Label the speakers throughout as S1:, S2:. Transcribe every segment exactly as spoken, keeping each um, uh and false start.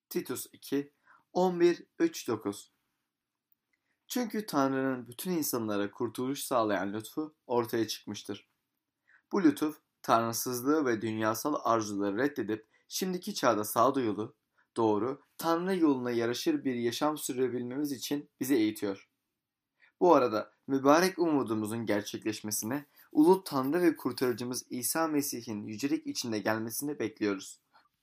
S1: Titus iki on bir üç dokuz. Çünkü Tanrı'nın bütün insanlara kurtuluş sağlayan lütfu ortaya çıkmıştır. Bu lütuf, tanrısızlığı ve dünyasal arzuları reddedip şimdiki çağda sağduyulu, doğru, Tanrı yoluna yaraşır bir yaşam sürebilmemiz için bizi eğitiyor. Bu arada mübarek umudumuzun gerçekleşmesine, ulu Tanrı ve kurtarıcımız İsa Mesih'in yücelik içinde gelmesini bekliyoruz.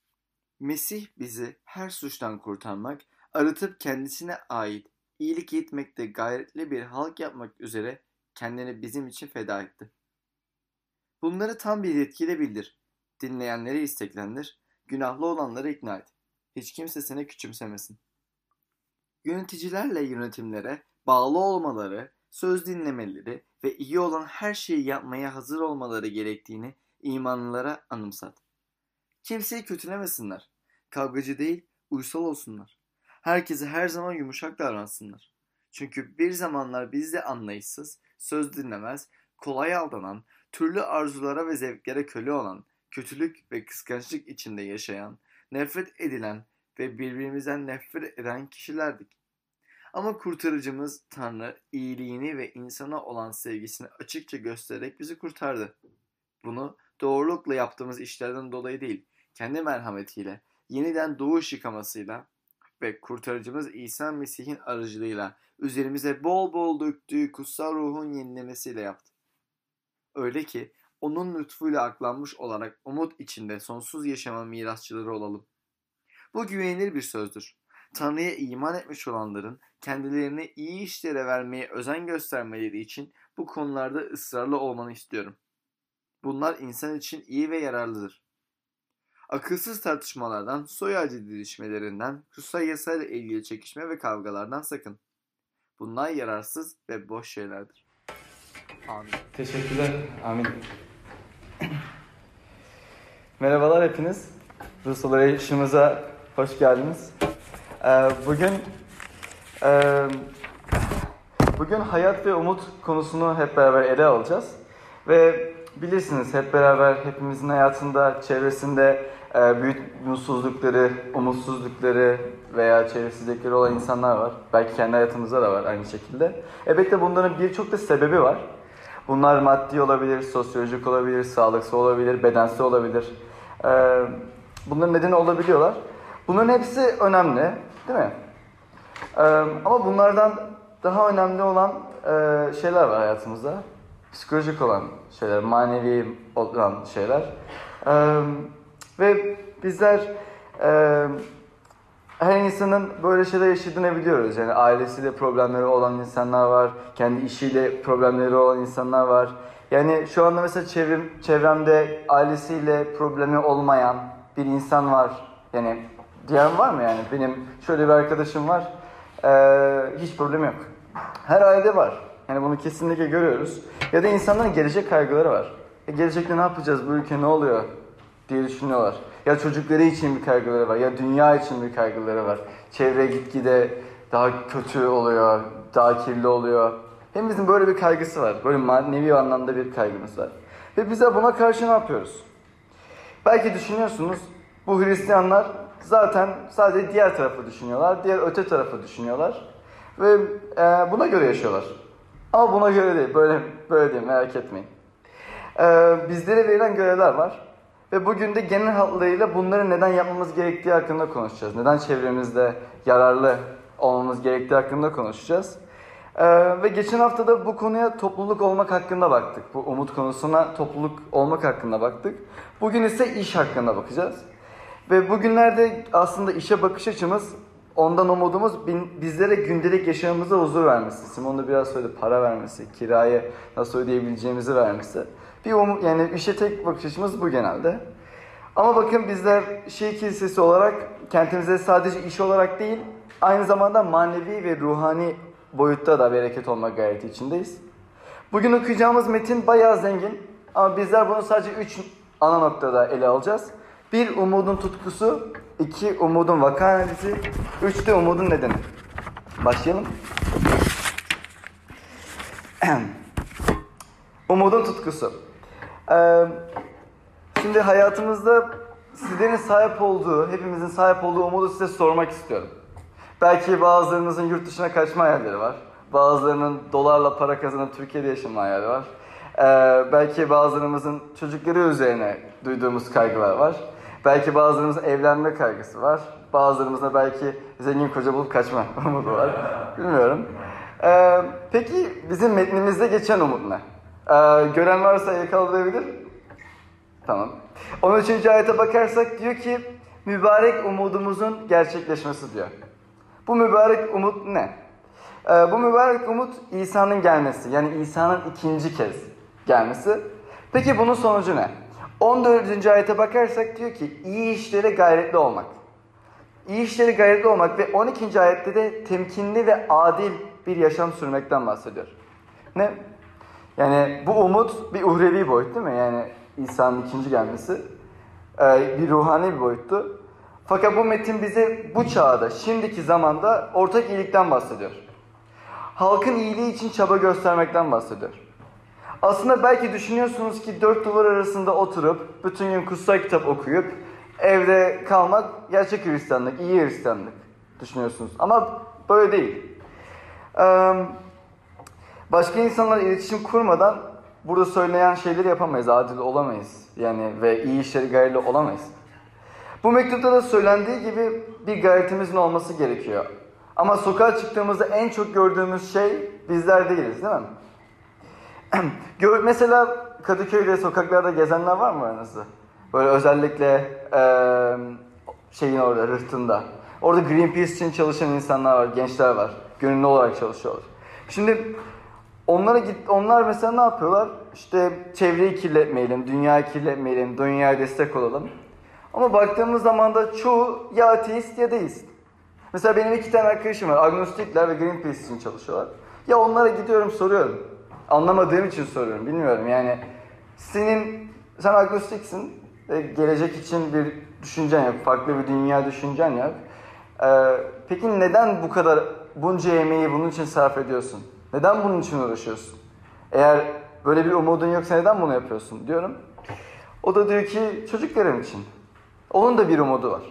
S1: Mesih bizi her suçtan kurtarmak, arıtıp kendisine ait iyilik etmekte gayretli bir halk yapmak üzere kendini bizim için feda etti. Bunları tam bir yetkiyle bildir. Dinleyenleri isteklendir, günahlı olanları ikna et. Hiç kimse seni küçümsemesin. Yöneticilerle yönetimlere bağlı olmaları, söz dinlemeleri ve iyi olan her şeyi yapmaya hazır olmaları gerektiğini imanlılara anımsat. Kimseyi kötülemesinler. Kavgacı değil, uysal olsunlar. Herkese her zaman yumuşak davransınlar. Çünkü bir zamanlar biz de anlayışsız, söz dinlemez, kolay aldanan, türlü arzulara ve zevklere köle olan, kötülük ve kıskançlık içinde yaşayan, nefret edilen ve birbirimizden nefret eden kişilerdik. Ama kurtarıcımız Tanrı iyiliğini ve insana olan sevgisini açıkça göstererek bizi kurtardı. Bunu doğrulukla yaptığımız işlerden dolayı değil, kendi merhametiyle, yeniden doğuş yıkamasıyla ve kurtarıcımız İsa Mesih'in aracılığıyla üzerimize bol bol döktüğü kutsal ruhun yenilemesiyle yaptı. Öyle ki onun lütfuyla aklanmış olarak umut içinde sonsuz yaşama mirasçıları olalım. Bu güvenilir bir sözdür. Tanrı'ya iman etmiş olanların kendilerini iyi işlere vermeye özen göstermeleri için bu konularda ısrarlı olmanı istiyorum. Bunlar insan için iyi ve yararlıdır. Akılsız tartışmalardan, soy ağacı didişmelerinden, kutsal yasayla ilgili çekişme ve kavgalardan sakın. Bunlar yararsız ve boş şeylerdir.
S2: Amin. Teşekkürler. Amin. Merhabalar hepiniz. Ruhsal arayışımıza hoş geldiniz. Ee, bugün e, bugün hayat ve umut konusunu hep beraber ele alacağız. Ve bilirsiniz hep beraber hepimizin hayatında, çevresinde e, büyük mutsuzlukları, umutsuzlukları veya çevresizlikleri olan insanlar var. Belki kendi hayatımızda da var aynı şekilde. Elbette bunların birçok da sebebi var. Bunlar maddi olabilir, sosyolojik olabilir, sağlıksal olabilir, bedensel olabilir. Ee, bunların nedeni olabiliyorlar. Bunların hepsi önemli, değil mi? Ee, ama bunlardan daha önemli olan e, şeyler var hayatımızda. Psikolojik olan şeyler, manevi olan şeyler. Ee, ve bizler e, her insanın böyle şeyler yaşadığını biliyoruz. Yani ailesiyle problemleri olan insanlar var, kendi işiyle problemleri olan insanlar var. Yani şu anda mesela çevrem, çevremde ailesiyle problemi olmayan bir insan var. Yani diyen var mı yani? Benim şöyle bir arkadaşım var, ee, hiç problem yok. Her ailede var. Yani bunu kesinlikle görüyoruz. Ya da insanların gelecek kaygıları var. E gelecekte ne yapacağız, bu ülke ne oluyor diye düşünüyorlar. Ya çocukları için bir kaygıları var, ya dünya için bir kaygıları var. Çevre gitgide daha kötü oluyor, daha kirli oluyor. Hepimizin böyle bir kaygısı var. Böyle manevi anlamda bir kaygımız var. Ve biz de buna karşı ne yapıyoruz? Belki düşünüyorsunuz, bu Hristiyanlar zaten sadece diğer tarafı düşünüyorlar, diğer öte tarafı düşünüyorlar. Ve e, buna göre yaşıyorlar. Ama buna göre değil, böyle böyle değil, merak etmeyin. E, bizlere verilen görevler var. Ve bugün de genel hatlarıyla bunları neden yapmamız gerektiği hakkında konuşacağız. Neden çevremizde yararlı olmamız gerektiği hakkında konuşacağız. Ee, ve geçen hafta da bu konuya topluluk olmak hakkında baktık. Bu umut konusuna topluluk olmak hakkında baktık. Bugün ise iş hakkında bakacağız. Ve bugünlerde aslında işe bakış açımız, ondan umudumuz bizlere gündelik yaşamımıza huzur vermesi. Simon da biraz söyledi, para vermesi, kirayı nasıl ödeyebileceğimizi vermesi. Bir umut, yani işe tek bakış açımız bu genelde. Ama bakın bizler Şehir Kilisesi olarak kentimizde sadece iş olarak değil, aynı zamanda manevi ve ruhani boyutta da bereket olma gayreti içindeyiz. Bugün okuyacağımız metin bayağı zengin ama bizler bunu sadece üç ana noktada ele alacağız. Bir, umudun tutkusu. iki umudun vaka analizi. Üç de umudun nedeni. Başlayalım. Umudun tutkusu. Ee, şimdi hayatımızda sizlerin sahip olduğu, hepimizin sahip olduğu umudu size sormak istiyorum. Belki bazılarınızın yurt dışına kaçma hayalleri var. Bazılarının dolarla para kazanıp Türkiye'de yaşama hayali var. Ee, belki bazılarımızın çocukları üzerine duyduğumuz kaygılar var. Belki bazılarımızın evlenme kaygısı var. Bazılarımızda belki zengin koca bulup kaçma umudu var. Bilmiyorum. Ee, peki bizim metnimizde geçen umut ne? Ee, gören varsa yakalayabilir. Tamam. on üçüncü ayete bakarsak diyor ki mübarek umudumuzun gerçekleşmesi diyor. Bu mübarek umut ne? Ee, bu mübarek umut İsa'nın gelmesi. Yani İsa'nın ikinci kez gelmesi. Peki bunun sonucu ne? on dördüncü ayete bakarsak diyor ki iyi işlere gayretli olmak. İyi işlere gayretli olmak ve on ikinci ayette de temkinli ve adil bir yaşam sürmekten bahsediyor. Ne? Yani bu umut bir uhrevi boyut değil mi? Yani İsa'nın ikinci gelmesi ee, bir ruhani bir boyuttu. Fakat bu metin bize bu çağda, şimdiki zamanda ortak iyilikten bahsediyor. Halkın iyiliği için çaba göstermekten bahsediyor. Aslında belki düşünüyorsunuz ki dört duvar arasında oturup, bütün gün kutsal kitap okuyup, evde kalmak gerçek Hristiyanlık, iyi Hristiyanlık düşünüyorsunuz. Ama böyle değil. Ee, başka insanlarla iletişim kurmadan burada söylenen şeyleri yapamayız, adil olamayız. Yani ve iyi işleri gayretli olamayız. Bu mektupta da söylendiği gibi bir gayretimizin olması gerekiyor. Ama sokağa çıktığımızda en çok gördüğümüz şey bizler değiliz, değil mi? Mesela Kadıköy'de sokaklarda gezenler var mı aranızda? Böyle özellikle ee, şeyin orada, rıhtında. Orada Greenpeace için çalışan insanlar var, gençler var. Gönüllü olarak çalışıyorlar. Şimdi onlara git, onlar mesela ne yapıyorlar? İşte çevreyi kirletmeyelim, dünyayı kirletmeyelim, dünyaya destek olalım. Ama baktığımız zaman da çoğu ya ateist ya deist. Mesela benim iki tane arkadaşım var. Agnostikler ve Greenpeace için çalışıyorlar. Ya onlara gidiyorum soruyorum. Anlamadığım için soruyorum. Bilmiyorum yani. Senin, sen agnostiksin. Ve gelecek için bir düşüncen yok. Farklı bir dünya düşüncen yok. Ee, peki neden bu kadar bunca emeği bunun için sarf ediyorsun? Neden bunun için uğraşıyorsun? Eğer böyle bir umudun yoksa neden bunu yapıyorsun diyorum. O da diyor ki çocuklarım için. Onun da bir umudu var.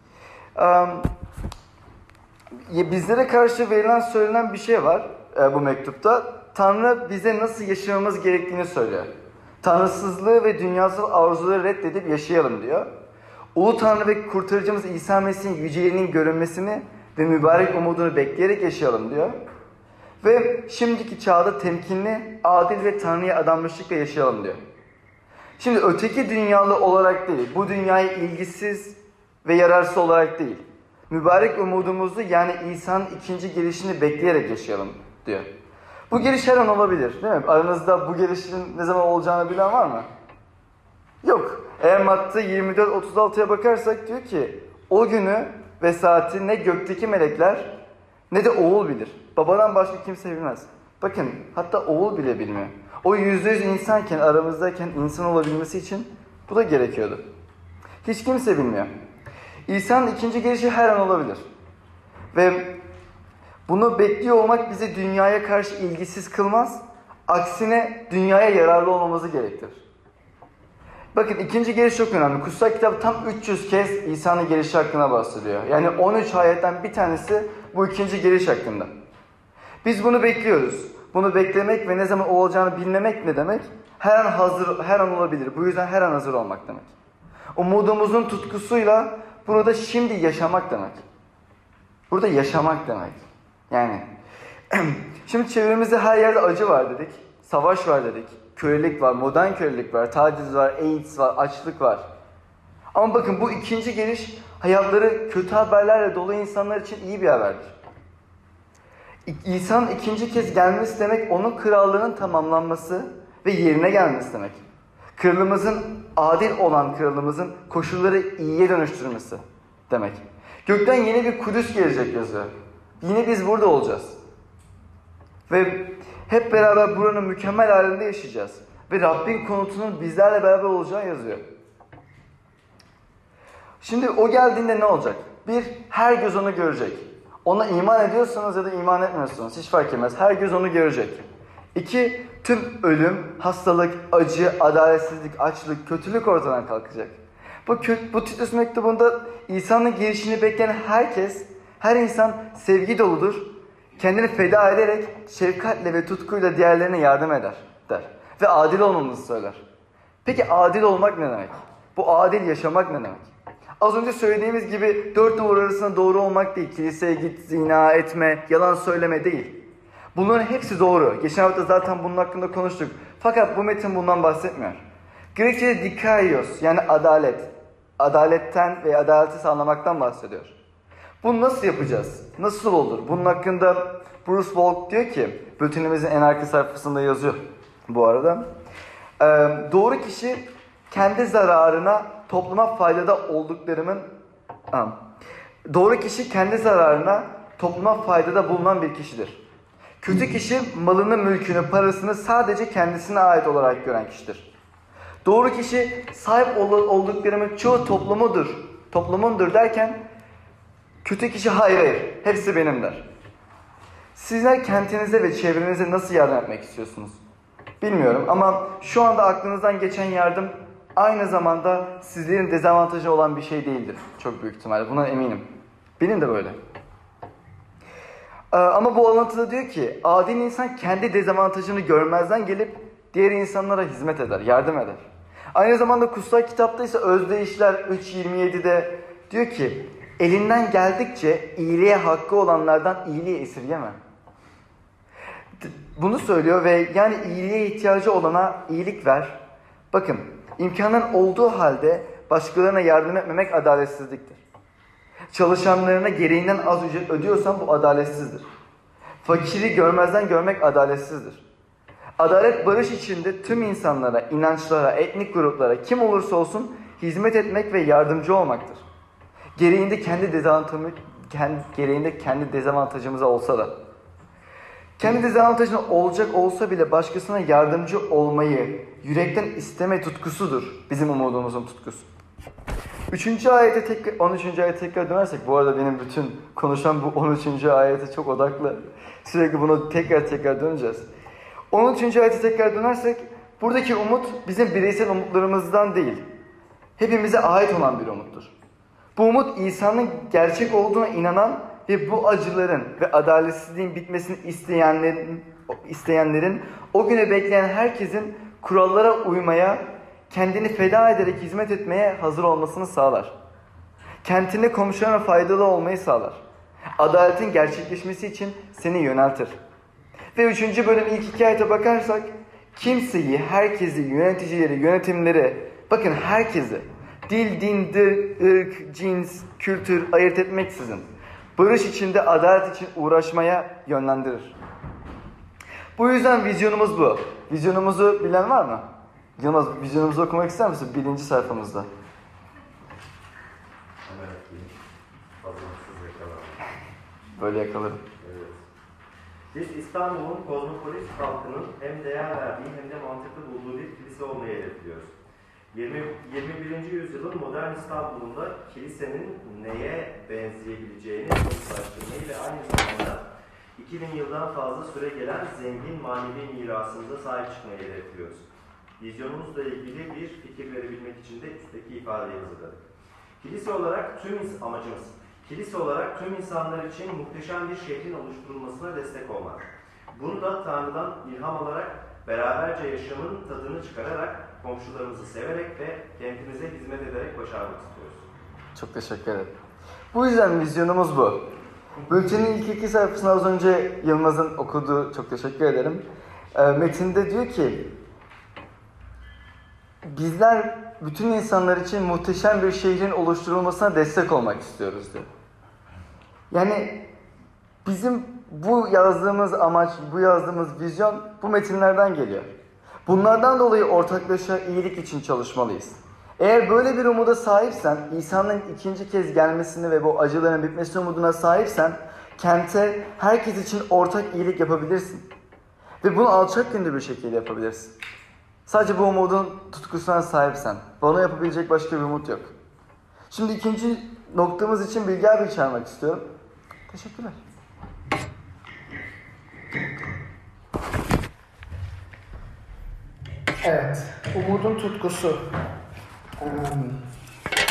S2: Ee, bizlere karşı verilen söylenen bir şey var e, bu mektupta. Tanrı bize nasıl yaşamamız gerektiğini söylüyor. Tanrısızlığı ve dünyasal arzuları reddedip yaşayalım diyor. Ulu Tanrı ve Kurtarıcımız İsa Mesih'in yüceliğinin görünmesini ve mübarek umudunu bekleyerek yaşayalım diyor. Ve şimdiki çağda temkinli, adil ve Tanrı'ya adanmışlıkla yaşayalım diyor. Şimdi öteki dünyalı olarak değil, bu dünyayı ilgisiz ve yararsız olarak değil. Mübarek umudumuzu yani İsa'nın ikinci gelişini bekleyerek yaşayalım diyor. Bu geliş her an olabilir değil mi? Aranızda bu gelişin ne zaman olacağını bilen var mı? Yok. Eğer Matta yirmi dört otuz altıya bakarsak diyor ki o günü ve saati ne gökteki melekler ne de oğul bilir. Babadan başka kimse bilmez. Bakın hatta oğul bile bilmiyor. O yüzde yüz insanken aramızdayken insan olabilmesi için bu da gerekiyordu. Hiç kimse bilmiyor. İsa'nın ikinci gelişi her an olabilir. Ve bunu bekliyor olmak bizi dünyaya karşı ilgisiz kılmaz. Aksine dünyaya yararlı olmamızı gerektirir. Bakın ikinci geliş çok önemli. Kutsal kitap tam üç yüz kez İsa'nın gelişi hakkında bahsediyor. Yani on üç ayetten bir tanesi bu ikinci geliş hakkında. Biz bunu bekliyoruz. Bunu beklemek ve ne zaman olacağını bilmemek ne demek? Her an hazır, her an olabilir. Bu yüzden her an hazır olmak demek. Umudumuzun tutkusuyla burada şimdi yaşamak demek. Burada yaşamak demek. Yani şimdi çevremizde her yerde acı var dedik. Savaş var dedik. Kölelik var, modern kölelik var, taciz var, AIDS var, açlık var. Ama bakın bu ikinci geliş hayatları kötü haberlerle dolu insanlar için iyi bir haberdir. İsa'nın ikinci kez gelmesi demek onun krallığının tamamlanması ve yerine gelmesi demek. Kralımızın, adil olan kralımızın koşulları iyiye dönüştürmesi demek. Gökten yeni bir Kudüs gelecek yazıyor. Yine biz burada olacağız. Ve hep beraber buranın mükemmel halinde yaşayacağız. Ve Rabbin konutunun bizlerle beraber olacağı yazıyor. Şimdi o geldiğinde ne olacak? Bir, her göz onu görecek. Ona iman ediyorsanız ya da iman etmiyorsanız hiç fark etmez. Her göz onu görecek. İki, tüm ölüm, hastalık, acı, adaletsizlik, açlık, kötülük ortadan kalkacak. Bu, bu Titus mektubunda İsa'nın gelişini bekleyen herkes, her insan sevgi doludur. Kendini feda ederek şefkatle ve tutkuyla diğerlerine yardım eder der. Ve adil olmamızı söyler. Peki adil olmak ne demek? Bu adil yaşamak ne demek? Az önce söylediğimiz gibi dört duvar arasında doğru olmak değil. Kiliseye git, zina etme, yalan söyleme değil. Bunların hepsi doğru. Geçen hafta zaten bunun hakkında konuştuk. Fakat bu metin bundan bahsetmiyor. Grekçe'de dikaios yani adalet. Adaletten ve adaleti sağlamaktan bahsediyor. Bunu nasıl yapacağız? Nasıl olur? Bunun hakkında Bruce Walk diyor ki, bültenimizin en arka sayfasında yazıyor bu arada. Ee, doğru kişi kendi zararına topluma faydada olduklarımın doğru kişi kendi zararına topluma faydada bulunan bir kişidir. Kötü kişi malını, mülkünü, parasını sadece kendisine ait olarak gören kişidir. Doğru kişi sahip olduklarımın çoğu toplumudur, toplumundur derken kötü kişi hayır hayır hepsi benim der. Sizler kentinize ve çevrenize nasıl yardım etmek istiyorsunuz? Bilmiyorum ama şu anda aklınızdan geçen yardım aynı zamanda sizlerin dezavantajı olan bir şey değildir. Çok büyük ihtimalle. Buna eminim. Benim de böyle. Ee, ama bu alıntıda diyor ki adil insan kendi dezavantajını görmezden gelip diğer insanlara hizmet eder, yardım eder. Aynı zamanda kutsal kitapta ise Özdeyişler üç yirmi yedi'de diyor ki elinden geldikçe iyiliğe hakkı olanlardan iyiliği esirgeme. Bunu söylüyor ve yani iyiliğe ihtiyacı olana iyilik ver. Bakın, imkanın olduğu halde başkalarına yardım etmemek adaletsizliktir. Çalışanlarına gereğinden az ücret ödüyorsan bu adaletsizdir. Fakiri görmezden görmek adaletsizdir. Adalet barış içinde tüm insanlara, inançlara, etnik gruplara kim olursa olsun hizmet etmek ve yardımcı olmaktır. Gereğinde kendi dezavantajımız, kendi, gereğinde kendi dezavantajımıza olsa da. Kendi dezavantajına olacak olsa bile başkasına yardımcı olmayı yürekten isteme tutkusudur bizim umudumuzun tutkusu. Üçüncü ayete tekrar, on üçüncü ayete tekrar dönersek, bu arada benim bütün konuşan bu on üçüncü ayete çok odaklı. Sürekli bunu tekrar tekrar döneceğiz. on üçüncü ayete tekrar dönersek, buradaki umut bizim bireysel umutlarımızdan değil, hepimize ait olan bir umuttur. Bu umut İsa'nın gerçek olduğuna inanan ve bu acıların ve adaletsizliğin bitmesini isteyenlerin, isteyenlerin o günü bekleyen herkesin kurallara uymaya, kendini feda ederek hizmet etmeye hazır olmasını sağlar. Kentine, komşularına faydalı olmayı sağlar. Adaletin gerçekleşmesi için seni yöneltir. Ve üçüncü bölüm ilk iki ayete bakarsak, kimseyi, herkesi, yöneticileri, yönetimleri, bakın herkesi, dil, din, dir, ırk, cins, kültür ayırt etmeksizin, barış içinde adalet için uğraşmaya yönlendirir. Bu yüzden vizyonumuz bu. Vizyonumuzu bilen var mı? Yılmaz, vizyonumuzu okumak ister misin? Birinci sayfamızda. Böyle yakalarım.
S3: Evet. Biz İstanbul'un kozmopolit halkının hem değer verdiği hem de mantıklı bulduğu bir kilise olmayı hedefliyoruz. yirmi birinci yüzyılın modern İstanbul'unda kilisenin neye benzeyebileceğini konuşlaştırmayı ve aynı zamanda iki bin yıldan fazla süre gelen zengin manevi mirasımıza sahip çıkmayı hedefliyoruz. Vizyonumuzla ilgili bir fikir verebilmek için de üstteki ifadeyi hazırladık. Kilise olarak tüm amacımız, kilise olarak tüm insanlar için muhteşem bir şehrin oluşturulmasına destek olmak. Bunu da Tanrı'dan ilham alarak, beraberce yaşamın tadını çıkararak, komşularımızı severek ve kentimize hizmet ederek başarmak istiyoruz.
S2: Çok teşekkür ederim. Bu yüzden vizyonumuz bu. Bültenin ilk iki sayfasını az önce Yılmaz'ın okuduğu, çok teşekkür ederim. E, metinde diyor ki, bizler bütün insanlar için muhteşem bir şehrin oluşturulmasına destek olmak istiyoruz diyor. Yani bizim bu yazdığımız amaç, bu yazdığımız vizyon bu metinlerden geliyor. Bunlardan dolayı ortaklaşa iyilik için çalışmalıyız. Eğer böyle bir umuda sahipsen, İsa'nın ikinci kez gelmesini ve bu acıların bitmesi umuduna sahipsen, kente herkes için ortak iyilik yapabilirsin. Ve bunu alçak gönüllü bir şekilde yapabilirsin. Sadece bu umudun tutkusuna sahipsen. Bunu yapabilecek başka bir umut yok. Şimdi ikinci noktamız için Bilge abi çağırmak istiyorum. Teşekkürler.
S4: Evet, umudun tutkusu.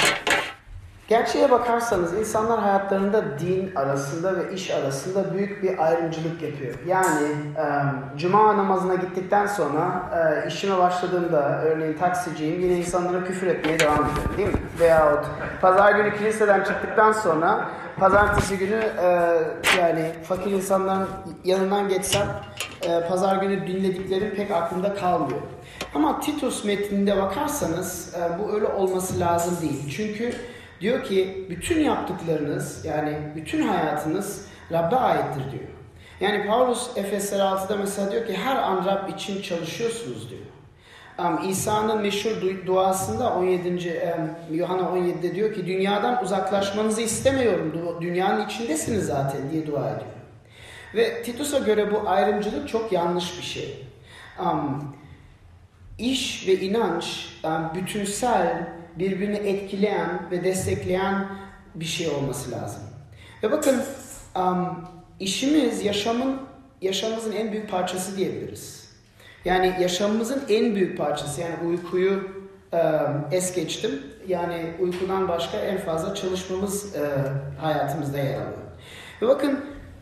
S4: Gerçeğe bakarsanız insanlar hayatlarında din arasında ve iş arasında büyük bir ayrımcılık yapıyor. Yani e, cuma namazına gittikten sonra e, işime başladığımda örneğin taksiciyim, yine insanlara küfür etmeye devam ediyorum, değil mi? Veyahut pazar günü kiliseden çıktıktan sonra pazartesi günü e, yani fakir insanların yanından geçsem e, pazar günü dinlediklerim pek aklımda kalmıyor. Ama Titus metninde bakarsanız e, bu öyle olması lazım değil. Çünkü diyor ki bütün yaptıklarınız, yani bütün hayatınız Rab'be aittir diyor. Yani Paulus Efesler altıda mesela diyor ki her an Rab için çalışıyorsunuz diyor. Um, İsa'nın meşhur du- duasında on yedinci Um, Yuhanna on yedide diyor ki dünyadan uzaklaşmanızı istemiyorum. Du- dünyanın içindesiniz zaten diye dua ediyor. Ve Titus'a göre bu ayrımcılık çok yanlış bir şey. Um, iş ve inanç um, bütünsel, birbirini etkileyen ve destekleyen bir şey olması lazım. Ve bakın um, işimiz yaşamın yaşamımızın en büyük parçası diyebiliriz. Yani yaşamımızın en büyük parçası. Yani uykuyu um, es geçtim. Yani uykudan başka en fazla çalışmamız uh, hayatımızda yer alıyor. Ve bakın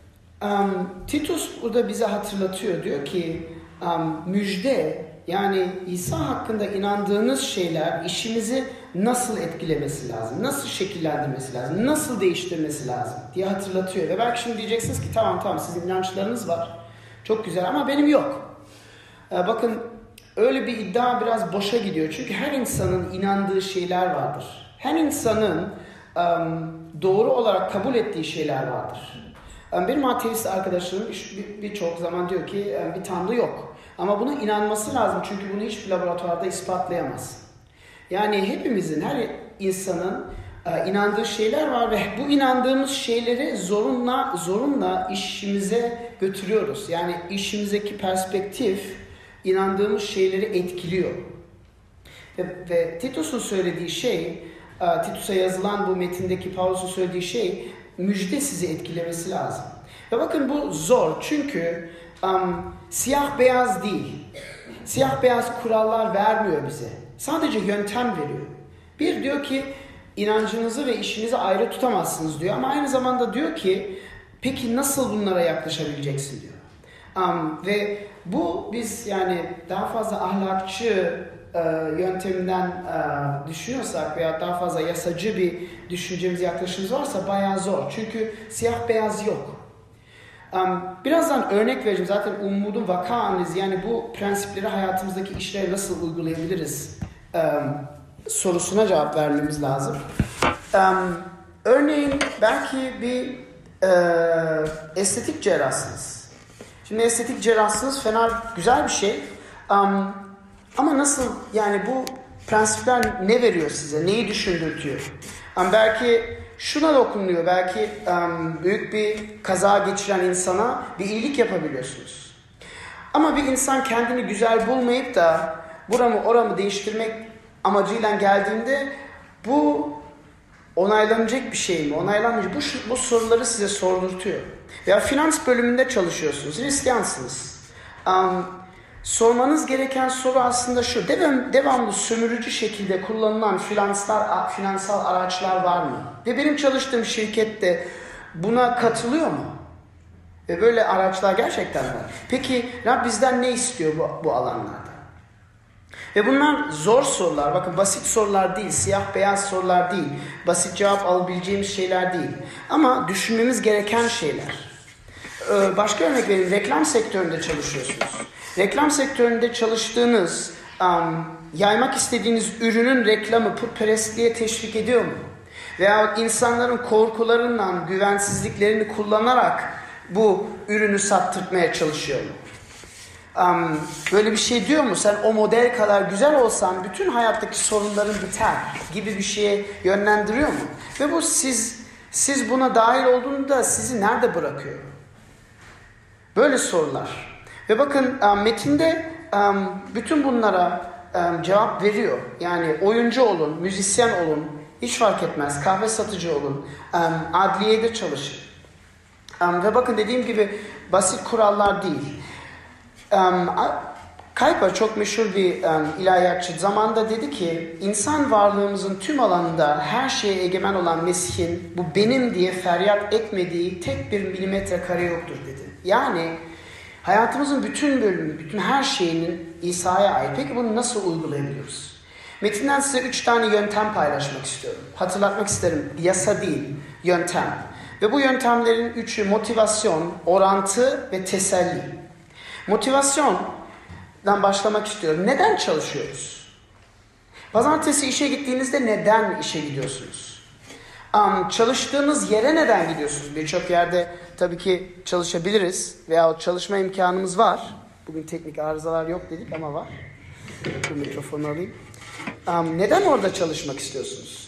S4: um, Titus burada bize hatırlatıyor. Diyor ki um, müjde, yani İsa hakkında inandığınız şeyler işimizi nasıl etkilemesi lazım, nasıl şekillendirmesi lazım, nasıl değiştirmesi lazım diye hatırlatıyor. Ve belki şimdi diyeceksiniz ki tamam tamam sizin inançlarınız var, çok güzel ama benim yok. Ee, bakın öyle bir iddia biraz boşa gidiyor. Çünkü her insanın inandığı şeyler vardır. Her insanın um, doğru olarak kabul ettiği şeyler vardır. Um, benim ateist arkadaşlarım birçok bir zaman diyor ki um, bir tanrı yok. Ama buna inanması lazım çünkü bunu hiçbir laboratuvarda ispatlayamaz. Yani hepimizin, her insanın e, inandığı şeyler var ve bu inandığımız şeyleri zorunla zorunla işimize götürüyoruz. Yani işimizdeki perspektif inandığımız şeyleri etkiliyor. Ve, ve Titus'un söylediği şey, e, Titus'a yazılan bu metindeki Paulus'un söylediği şey, müjde sizi etkilemesi lazım. Ve bakın bu zor çünkü um, siyah beyaz değil. Siyah beyaz kurallar vermiyor bize. Sadece yöntem veriyor. Bir diyor ki inancınızı ve işinizi ayrı tutamazsınız diyor. Ama aynı zamanda diyor ki peki nasıl bunlara yaklaşabileceksin diyor. Um, ve bu biz yani daha fazla ahlakçı e, yönteminden e, düşünüyorsak veya daha fazla yasacı bir düşüncemiz, yaklaşımımız varsa bayağı zor. Çünkü siyah beyaz yok. Um, birazdan örnek vereceğim. Zaten umudun vaka analizi, yani bu prensipleri hayatımızdaki işlere nasıl uygulayabiliriz um, sorusuna cevap vermemiz lazım. Um, örneğin belki bir e, estetik cerrahsınız. Şimdi estetik cerrahsınız, fena güzel bir şey. Um, ama nasıl, yani bu prensipler ne veriyor size? Neyi düşündürtüyor? Um, belki şuna dokunuyor, belki um, büyük bir kaza geçiren insana bir iyilik yapabiliyorsunuz. Ama bir insan kendini güzel bulmayıp da buramı oramı değiştirmek amacıyla geldiğinde bu onaylanacak bir şey mi? Onaylanmayacak. Bu, bu soruları size sordurtuyor. Veya finans bölümünde çalışıyorsunuz, Hristiyansınız. Um, sormanız gereken soru aslında şu: devam, devamlı sömürücü şekilde kullanılan finansal, finansal araçlar var mı? Ve benim çalıştığım şirkette buna katılıyor mu? Ve böyle araçlar gerçekten var. Peki Rab bizden ne istiyor bu, bu alanlarda? Ve bunlar zor sorular. Bakın basit sorular değil, siyah beyaz sorular değil, basit cevap alabileceğimiz şeyler değil. Ama düşünmemiz gereken şeyler. Ee, başka örnek vereyim. Reklam sektöründe çalışıyorsunuz. Reklam sektöründe çalıştığınız, um, yaymak istediğiniz ürünün reklamı putperestliğe teşvik ediyor mu? Veya insanların korkularından, güvensizliklerini kullanarak bu ürünü sattırmaya çalışıyor mu? Um, böyle bir şey diyor mu? Sen o model kadar güzel olsan bütün hayattaki sorunların biter gibi bir şeye yönlendiriyor mu? Ve bu siz siz buna dahil olduğunda sizi nerede bırakıyor? Böyle sorular. Ve bakın um, metinde um, bütün bunlara um, cevap veriyor. Yani oyuncu olun, müzisyen olun, hiç fark etmez. Kahve satıcı olun, um, adliyede çalışın. Um, ve bakın dediğim gibi basit kurallar değil. Um, Kuyper çok meşhur bir um, ilahiyatçı zamanda dedi ki insan varlığımızın tüm alanında her şeye egemen olan Mesih'in bu benim diye feryat etmediği tek bir milimetre kare yoktur dedi. Yani hayatımızın bütün bölümü, bütün her şeyinin İsa'ya ait. Peki bunu nasıl uygulayabiliyoruz? Metinden size üç tane yöntem paylaşmak istiyorum. Hatırlatmak isterim. Yasa değil, yöntem. Ve bu yöntemlerin üçü motivasyon, orantı ve teselli. Motivasyondan başlamak istiyorum. Neden çalışıyoruz? Pazartesi işe gittiğinizde neden işe gidiyorsunuz? Um, çalıştığınız yere neden gidiyorsunuz? Birçok yerde tabii ki çalışabiliriz veya çalışma imkanımız var. Bugün teknik arızalar yok dedik ama var. Bu mikrofonu alayım. Um, neden orada çalışmak istiyorsunuz?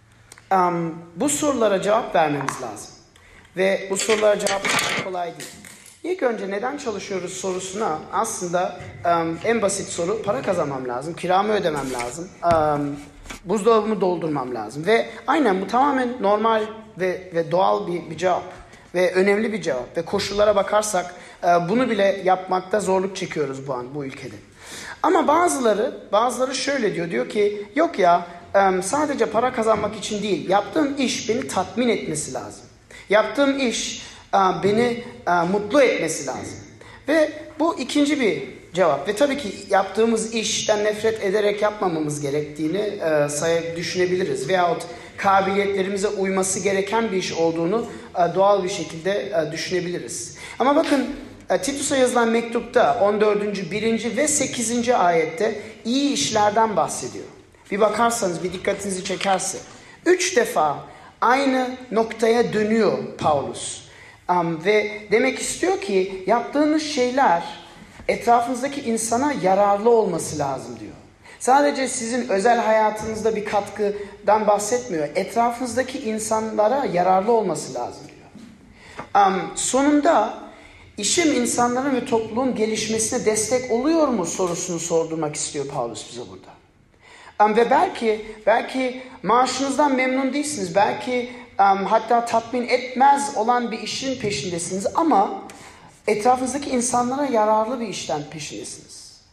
S4: Um, bu sorulara cevap vermemiz lazım. Ve bu sorulara cevap vermek kolay değil. İlk önce neden çalışıyoruz sorusuna aslında um, en basit soru para kazanmam lazım, kiramı ödemem lazım, um, buzdolabımı doldurmam lazım. Ve aynen bu tamamen normal ve, ve doğal bir, bir cevap ve önemli bir cevap. Ve koşullara bakarsak uh, bunu bile yapmakta zorluk çekiyoruz bu an bu ülkede. Ama bazıları bazıları şöyle diyor, diyor ki yok ya um, sadece para kazanmak için değil, yaptığım iş beni tatmin etmesi lazım. Yaptığım iş uh, beni uh, mutlu etmesi lazım. Ve bu ikinci bir cevap. Ve tabii ki yaptığımız işten nefret ederek yapmamamız gerektiğini uh, sayıp düşünebiliriz. Veyahut kabiliyetlerimize uyması gereken bir iş olduğunu uh, doğal bir şekilde uh, düşünebiliriz. Ama bakın Titus'a yazılan mektupta on dördüncü, birinci ve sekizinci ayette iyi işlerden bahsediyor. Bir bakarsanız, bir dikkatinizi çekerse. Üç defa aynı noktaya dönüyor Paulus. Um, ve demek istiyor ki yaptığınız şeyler etrafınızdaki insana yararlı olması lazım diyor. Sadece sizin özel hayatınızda bir katkıdan bahsetmiyor. Etrafınızdaki insanlara yararlı olması lazım diyor. Um, sonunda İşim insanların ve topluluğun gelişmesine destek oluyor mu sorusunu sordurmak istiyor Paulus bize burada. Um, ve belki belki maaşınızdan memnun değilsiniz. Belki um, hatta tatmin etmez olan bir işin peşindesiniz ama etrafınızdaki insanlara yararlı bir işten peşindesiniz.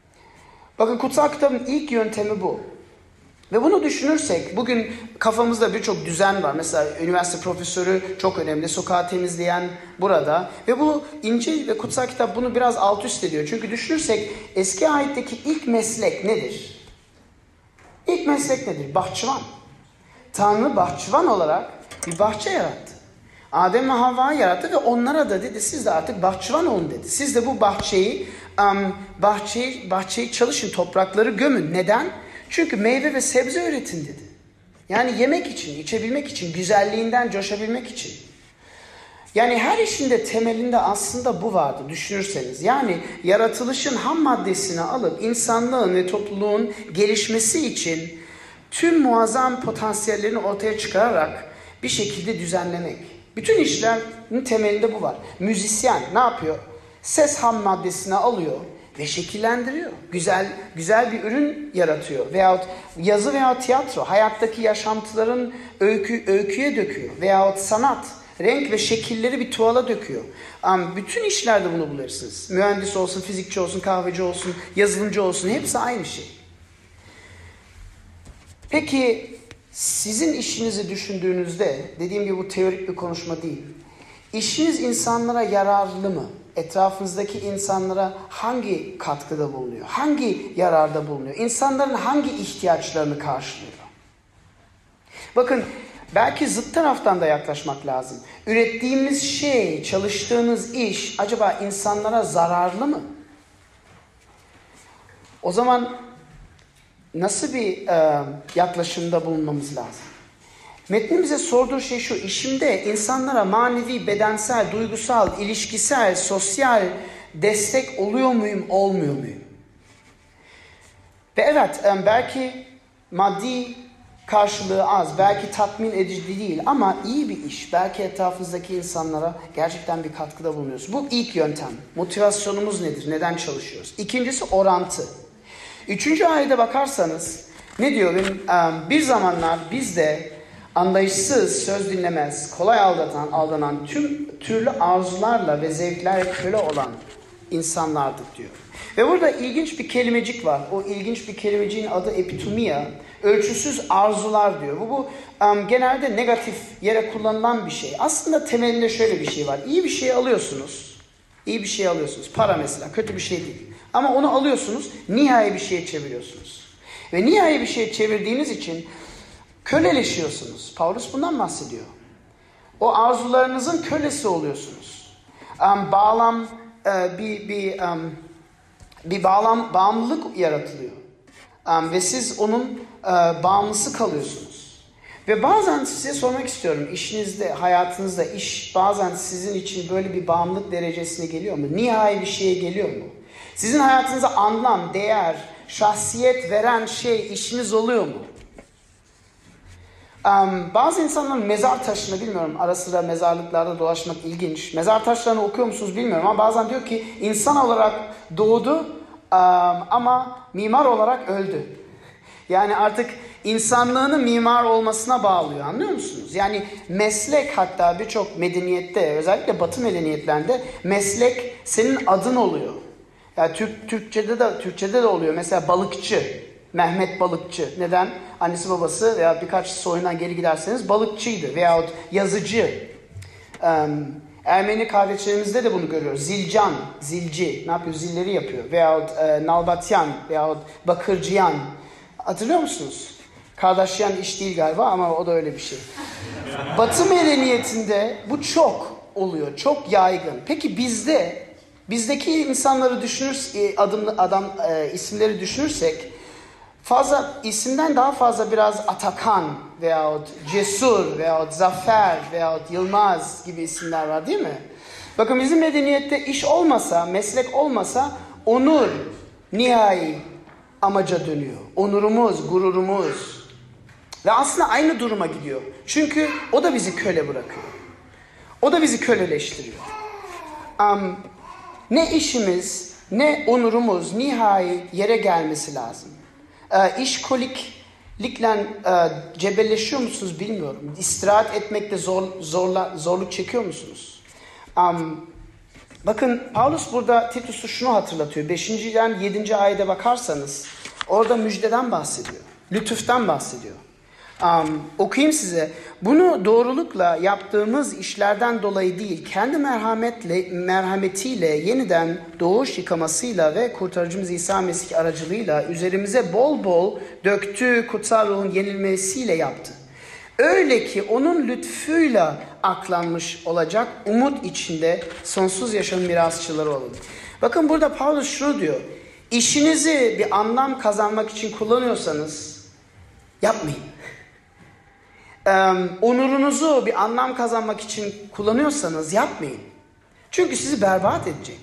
S4: Bakın kutsal kitabın ilk yöntemi bu. Ve bunu düşünürsek bugün kafamızda birçok düzen var. Mesela üniversite profesörü çok önemli. Sokağı temizleyen burada. Ve bu İncil ve kutsal kitap bunu biraz alt üst ediyor. Çünkü düşünürsek eski ayetteki ilk meslek nedir? İlk meslek nedir? Bahçıvan. Tanrı bahçıvan olarak bir bahçe yarattı. Adem ve Havva'yı yarattı ve onlara da dedi siz de artık bahçıvan olun dedi. Siz de bu bahçeyi, um, bahçeyi, bahçeyi çalışın, toprakları gömün. Neden? Çünkü meyve ve sebze üretin dedi. Yani yemek için, içebilmek için, güzelliğinden coşabilmek için. Yani her işin de temelinde aslında bu vardı düşünürseniz. Yani yaratılışın ham maddesini alıp insanlığın ve topluluğun gelişmesi için tüm muazzam potansiyellerini ortaya çıkararak bir şekilde düzenlemek. Bütün işlerin temelinde bu var. Müzisyen ne yapıyor? Ses ham maddesini alıyor ve şekillendiriyor. Güzel güzel bir ürün yaratıyor. Veyahut yazı veya tiyatro hayattaki yaşantıların öykü, öyküye döküyor. Veyahut sanat renk ve şekilleri bir tuvala döküyor. Um, bütün işlerde bunu bulursunuz. Mühendis olsun, fizikçi olsun, kahveci olsun, yazılımcı olsun hepsi aynı şey. Peki sizin işinizi düşündüğünüzde, dediğim gibi bu teorik bir konuşma değil. İşiniz insanlara yararlı mı? Etrafınızdaki insanlara hangi katkıda bulunuyor? Hangi yararda bulunuyor? İnsanların hangi ihtiyaçlarını karşılıyor? Bakın belki zıt taraftan da yaklaşmak lazım. Ürettiğimiz şey, çalıştığınız iş acaba insanlara zararlı mı? O zaman nasıl bir e, yaklaşımda bulunmamız lazım? Metnin bize sorduğu şey şu, işimde insanlara manevi, bedensel, duygusal, ilişkisel, sosyal destek oluyor muyum, olmuyor muyum? Ve evet, belki maddi karşılığı az, belki tatmin edici değil ama iyi bir iş. Belki etrafınızdaki insanlara gerçekten bir katkıda bulunuyoruz. Bu ilk yöntem. Motivasyonumuz nedir? Neden çalışıyoruz? İkincisi orantı. Üçüncü ayete bakarsanız ne diyor? Bir zamanlar biz de anlayışsız, söz dinlemez, kolay aldatan, aldanan tüm türlü arzularla ve zevklerle köle olan insanlardık diyor. Ve burada ilginç bir kelimecik var. O ilginç bir kelimeciğin adı epitomia. Ölçüsüz arzular diyor. Bu, bu um, genelde negatif yere kullanılan bir şey. Aslında temelinde şöyle bir şey var. İyi bir şey alıyorsunuz. İyi bir şey alıyorsunuz. Para mesela. Kötü bir şey değil. Ama onu alıyorsunuz. Nihai bir şeye çeviriyorsunuz. Ve nihai bir şeye çevirdiğiniz için köleleşiyorsunuz. Paulus bundan bahsediyor. O arzularınızın kölesi oluyorsunuz. Um, bağlam uh, bir bir um, bir bağlam bağımlılık yaratılıyor. Um, ve siz onun uh, bağımlısı kalıyorsunuz. Ve bazen size sormak istiyorum, işinizde, hayatınızda iş bazen sizin için böyle bir bağımlılık derecesine geliyor mu? Nihai bir şeye geliyor mu? Sizin hayatınıza anlam, değer, şahsiyet veren şey işiniz oluyor mu? Um, bazı insanların mezar taşını bilmiyorum, ara sıra mezarlıklarda dolaşmak ilginç. Mezar taşlarını okuyor musunuz bilmiyorum ama bazen diyor ki insan olarak doğdu um, ama mimar olarak öldü. Yani artık insanlığının mimar olmasına bağlıyor, anlıyor musunuz? Yani meslek, hatta birçok medeniyette, özellikle Batı medeniyetlerinde meslek senin adın oluyor. Yani Türk Türkçede de Türkçede de oluyor. Mesela balıkçı, Mehmet Balıkçı. Neden? Annesi babası veya birkaç soyundan geri giderseniz balıkçıydı veyahut yazıcı. Um, Ermeni kardeşlerimizde de bunu görüyoruz. Zilcan, zilci, ne yapıyor? Zilleri yapıyor. Veyahut e, nalbatyan veyahut bakırcıyan. Hatırlıyor musunuz? Kardeşyan iş değil galiba ama o da öyle bir şey. Batı medeniyetinde bu çok oluyor, çok yaygın. Peki bizde, bizdeki insanları düşünür, adım, adam e, isimleri düşünürsek, fazla isimden daha fazla biraz Atakan veyahut Cesur veyahut Zafer veyahut Yılmaz gibi isimler var değil mi? Bakın bizim medeniyette iş olmasa, meslek olmasa onur nihai amaca dönüyor. Onurumuz, gururumuz. Ve aslında aynı duruma gidiyor. Çünkü o da bizi köle bırakıyor. O da bizi köleleştiriyor. Um, ne işimiz, ne onurumuz nihai yere gelmesi lazım. Uh, işkoliklikle uh, cebelleşiyor musunuz bilmiyorum. İstirahat etmekte zor, zorla, zorluk çekiyor musunuz? Um, bakın Paulus burada Titus'u şunu hatırlatıyor. beşinciden yedinci ayete bakarsanız orada müjdeden bahsediyor. Lütuftan bahsediyor. Um, okuyayım size. Bunu doğrulukla yaptığımız işlerden dolayı değil, kendi merhametle, merhametiyle yeniden doğuş yıkamasıyla ve kurtarıcımız İsa Mesih aracılığıyla üzerimize bol bol döktüğü kutsal ruhun yenilmesiyle yaptı. Öyle ki onun lütfuyla aklanmış olacak umut içinde sonsuz yaşamın mirasçıları olun. Bakın burada Paulus şunu diyor. İşinizi bir anlam kazanmak için kullanıyorsanız yapmayın. Ee, onurunuzu bir anlam kazanmak için kullanıyorsanız yapmayın. Çünkü sizi berbat edecek.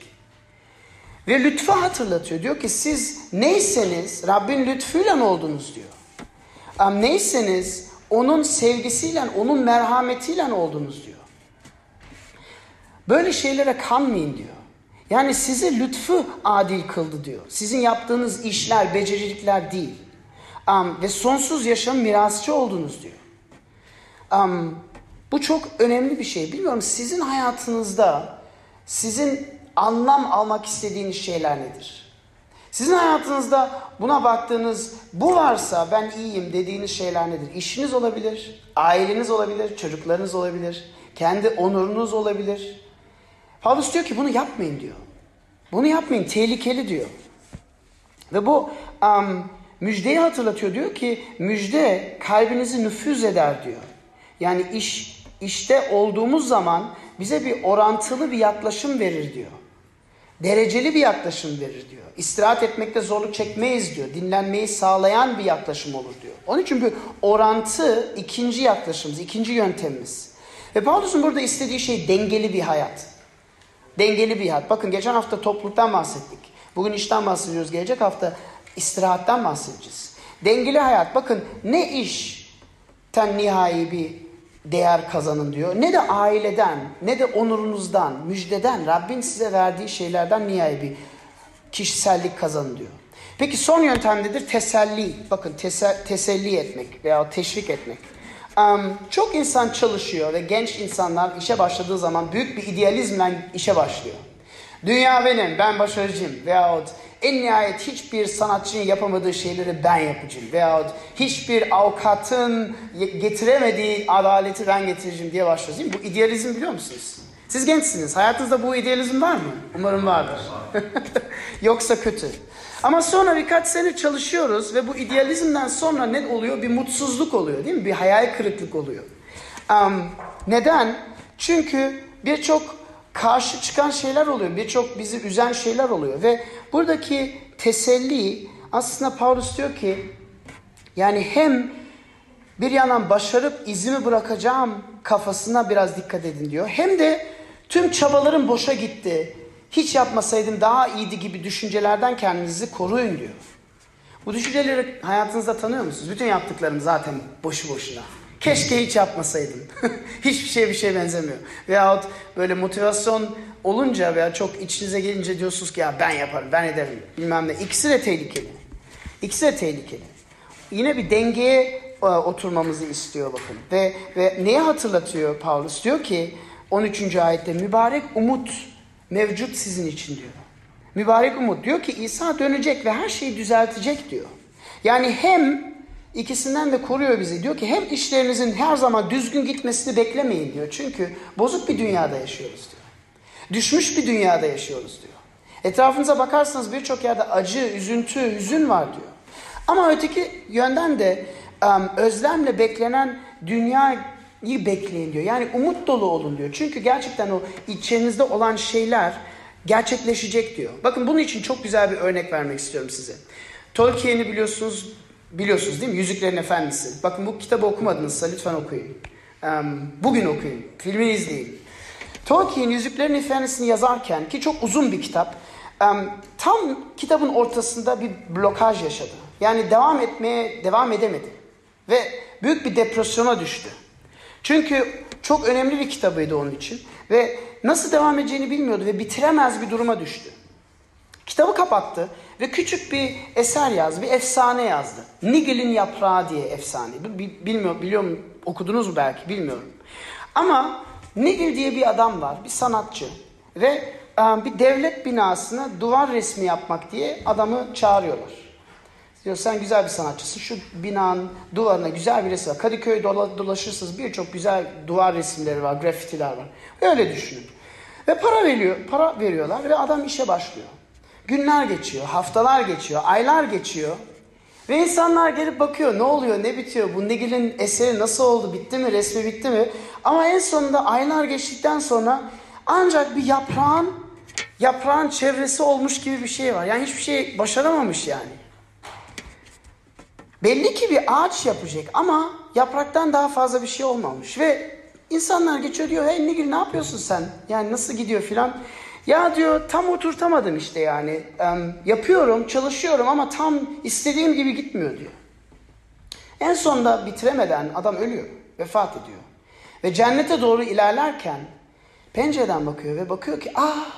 S4: Ve lütfu hatırlatıyor. Diyor ki siz neyseniz Rabbin lütfuyla oldunuz diyor. Ee, neyseniz onun sevgisiyle, onun merhametiyle oldunuz diyor. Böyle şeylere kanmayın diyor. Yani sizi lütfu adil kıldı diyor. Sizin yaptığınız işler, becerilikler değil. Um, ve sonsuz yaşam mirasçı oldunuz diyor. Um, bu çok önemli bir şey. Bilmiyorum sizin hayatınızda sizin anlam almak istediğiniz şeyler nedir? Sizin hayatınızda buna baktığınız, bu varsa ben iyiyim dediğiniz şeyler nedir? İşiniz olabilir, aileniz olabilir, çocuklarınız olabilir, kendi onurunuz olabilir. Paulus diyor ki bunu yapmayın diyor. Bunu yapmayın, tehlikeli diyor. Ve bu um, müjdeyi hatırlatıyor. Diyor ki müjde kalbinizi nüfuz eder diyor. Yani iş işte olduğumuz zaman bize bir orantılı bir yaklaşım verir diyor. Dereceli bir yaklaşım verir diyor. İstirahat etmekte zorluk çekmeyiz diyor. Dinlenmeyi sağlayan bir yaklaşım olur diyor. Onun için bir orantı ikinci yaklaşımımız, ikinci yöntemimiz. Ve Paulus'un burada istediği şey dengeli bir hayat. Dengeli bir hayat. Bakın geçen hafta topluluktan bahsettik. Bugün işten bahsediyoruz. Gelecek hafta istirahatten bahsedeceğiz. Dengeli hayat. Bakın ne işten nihai bir değer kazanın diyor. Ne de aileden, ne de onurunuzdan, müjdeden, Rabbin size verdiği şeylerden nihai bir kişisellik kazanın diyor. Peki son yöntem nedir? Teselli. Bakın tese- teselli etmek veya teşvik etmek. Um, çok insan çalışıyor ve genç insanlar işe başladığı zaman büyük bir idealizmle işe başlıyor. Dünya benim, ben başarıcıyım. Veyahut en nihayet hiçbir sanatçının yapamadığı şeyleri ben yapacağım. Veyahut hiçbir avukatın getiremediği adaleti ben getireceğim diye başlıyoruz değil mi? Bu idealizm biliyor musunuz? Siz gençsiniz. Hayatınızda bu idealizm var mı? Umarım vardır. Yoksa kötü. Ama sonra birkaç sene çalışıyoruz ve bu idealizmden sonra ne oluyor? Bir mutsuzluk oluyor değil mi? Bir hayal kırıklık oluyor. Um, neden? Çünkü birçok karşı çıkan şeyler oluyor. Birçok bizi üzen şeyler oluyor. Ve buradaki teselli aslında Paulus diyor ki yani hem bir yandan başarıp izimi bırakacağım kafasına biraz dikkat edin diyor. Hem de tüm çabalarım boşa gitti. Hiç yapmasaydım daha iyiydi gibi düşüncelerden kendinizi koruyun diyor. Bu düşünceleri hayatınızda tanıyor musunuz? Bütün yaptıklarım zaten boşu boşuna. Keşke hiç yapmasaydım. Hiçbir şeye bir şeye benzemiyor. Veyahut böyle motivasyon olunca veya çok içinize gelince diyorsunuz ki ya ben yaparım, ben ederim bilmem ne. İkisi de tehlikeli. İkisi de tehlikeli. Yine bir dengeye e, oturmamızı istiyor bakın. Ve, ve neyi hatırlatıyor Paulus? Diyor ki on üçüncü ayette mübarek umut mevcut sizin için diyor. Mübarek umut diyor ki İsa dönecek ve her şeyi düzeltecek diyor. Yani hem ikisinden de koruyor bizi. Diyor ki hem işlerinizin her zaman düzgün gitmesini beklemeyin diyor. Çünkü bozuk bir dünyada yaşıyoruz diyor. Düşmüş bir dünyada yaşıyoruz diyor. Etrafınıza bakarsanız birçok yerde acı, üzüntü, hüzün var diyor. Ama öteki yönden de um, özlemle beklenen dünyayı bekleyin diyor. Yani umut dolu olun diyor. Çünkü gerçekten o içinizde olan şeyler gerçekleşecek diyor. Bakın bunun için çok güzel bir örnek vermek istiyorum size. Tolkien'i biliyorsunuz, biliyorsunuz değil mi? Yüzüklerin Efendisi. Bakın bu kitabı okumadınızsa lütfen okuyun. Um, bugün okuyun. Filmini izleyin. Tolkien Yüzüklerin Efendisi'ni yazarken ki çok uzun bir kitap. Um, tam kitabın ortasında bir blokaj yaşadı. Yani devam etmeye devam edemedi. Ve büyük bir depresyona düştü. Çünkü çok önemli bir kitabıydı onun için. Ve nasıl devam edeceğini bilmiyordu ve bitiremez bir duruma düştü. Kitabı kapattı ve küçük bir eser yazdı, bir efsane yazdı. Nigil'in Yaprağı diye efsane. Bilmiyorum, biliyorum, okudunuz mu belki bilmiyorum. Ama Nigil diye bir adam var, bir sanatçı. Ve bir devlet binasına duvar resmi yapmak diye adamı çağırıyorlar. Diyor sen güzel bir sanatçısın, şu binanın duvarına güzel bir resim var. Kadıköy'de dolaşırsınız birçok güzel duvar resimleri var, grafitiler var. Öyle düşünün. Ve para veriyor, para veriyorlar ve adam işe başlıyor. Günler geçiyor, haftalar geçiyor, aylar geçiyor. Ve insanlar gelip bakıyor ne oluyor, ne bitiyor, bu Nigil'in eseri nasıl oldu, bitti mi, resmi bitti mi? Ama en sonunda aylar geçtikten sonra ancak bir yaprağın, yaprağın çevresi olmuş gibi bir şey var. Yani hiçbir şey başaramamış yani. Belli ki bir ağaç yapacak ama yapraktan daha fazla bir şey olmamış. Ve insanlar geçiyor diyor, hey Nigil ne yapıyorsun sen? Yani nasıl gidiyor filan? Ya diyor tam oturtamadım işte yani. Um, yapıyorum, çalışıyorum ama tam istediğim gibi gitmiyor diyor. En sonunda bitiremeden adam ölüyor, vefat ediyor. Ve cennete doğru ilerlerken pencereden bakıyor ve bakıyor ki ah